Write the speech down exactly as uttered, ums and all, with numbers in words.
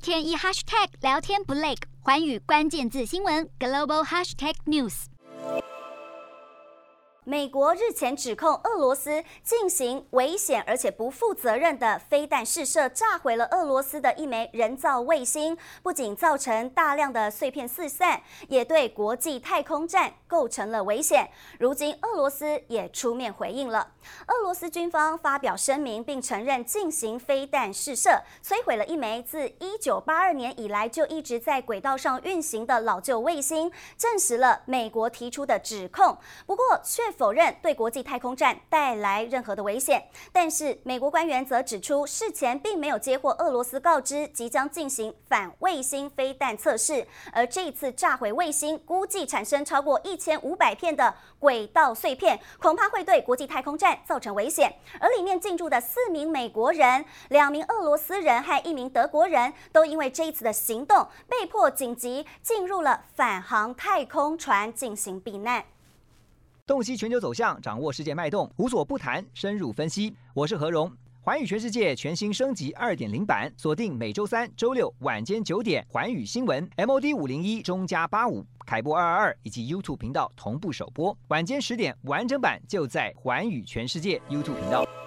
天一 hashtag 聊天不累，寰宇关键字新闻 global hashtag news。 美国日前指控俄罗斯进行危险而且不负责任的飞弹试射，炸毁了俄罗斯的一枚人造卫星，不仅造成大量的碎片四散，也对国际太空站构成了危险。如今，俄罗斯也出面回应了。俄罗斯军方发表声明，并承认进行飞弹试射，摧毁了一枚自一九八二年以来就一直在轨道上运行的老旧卫星，证实了美国提出的指控。不过，却否认对国际太空站带来任何的危险，但是美国官员则指出，事前并没有接获俄罗斯告知即将进行反卫星飞弹测试，而这一次炸毁卫星，估计产生超过一千五百片的轨道碎片，恐怕会对国际太空站造成危险。而里面进驻的四名美国人、两名俄罗斯人和一名德国人，都因为这一次的行动，被迫紧急进入了返航太空船进行避难。 洞悉全球走向，掌握世界脉动，无所不谈，深入分析。我是何荣，寰宇全世界全新升级 二点零 版，锁定每周三、周六晚间九点，寰宇新闻 M O D 五零一中加八五凯播二二二以及 YouTube 频道同步首播，晚间十点完整版就在寰宇全世界 YouTube 频道。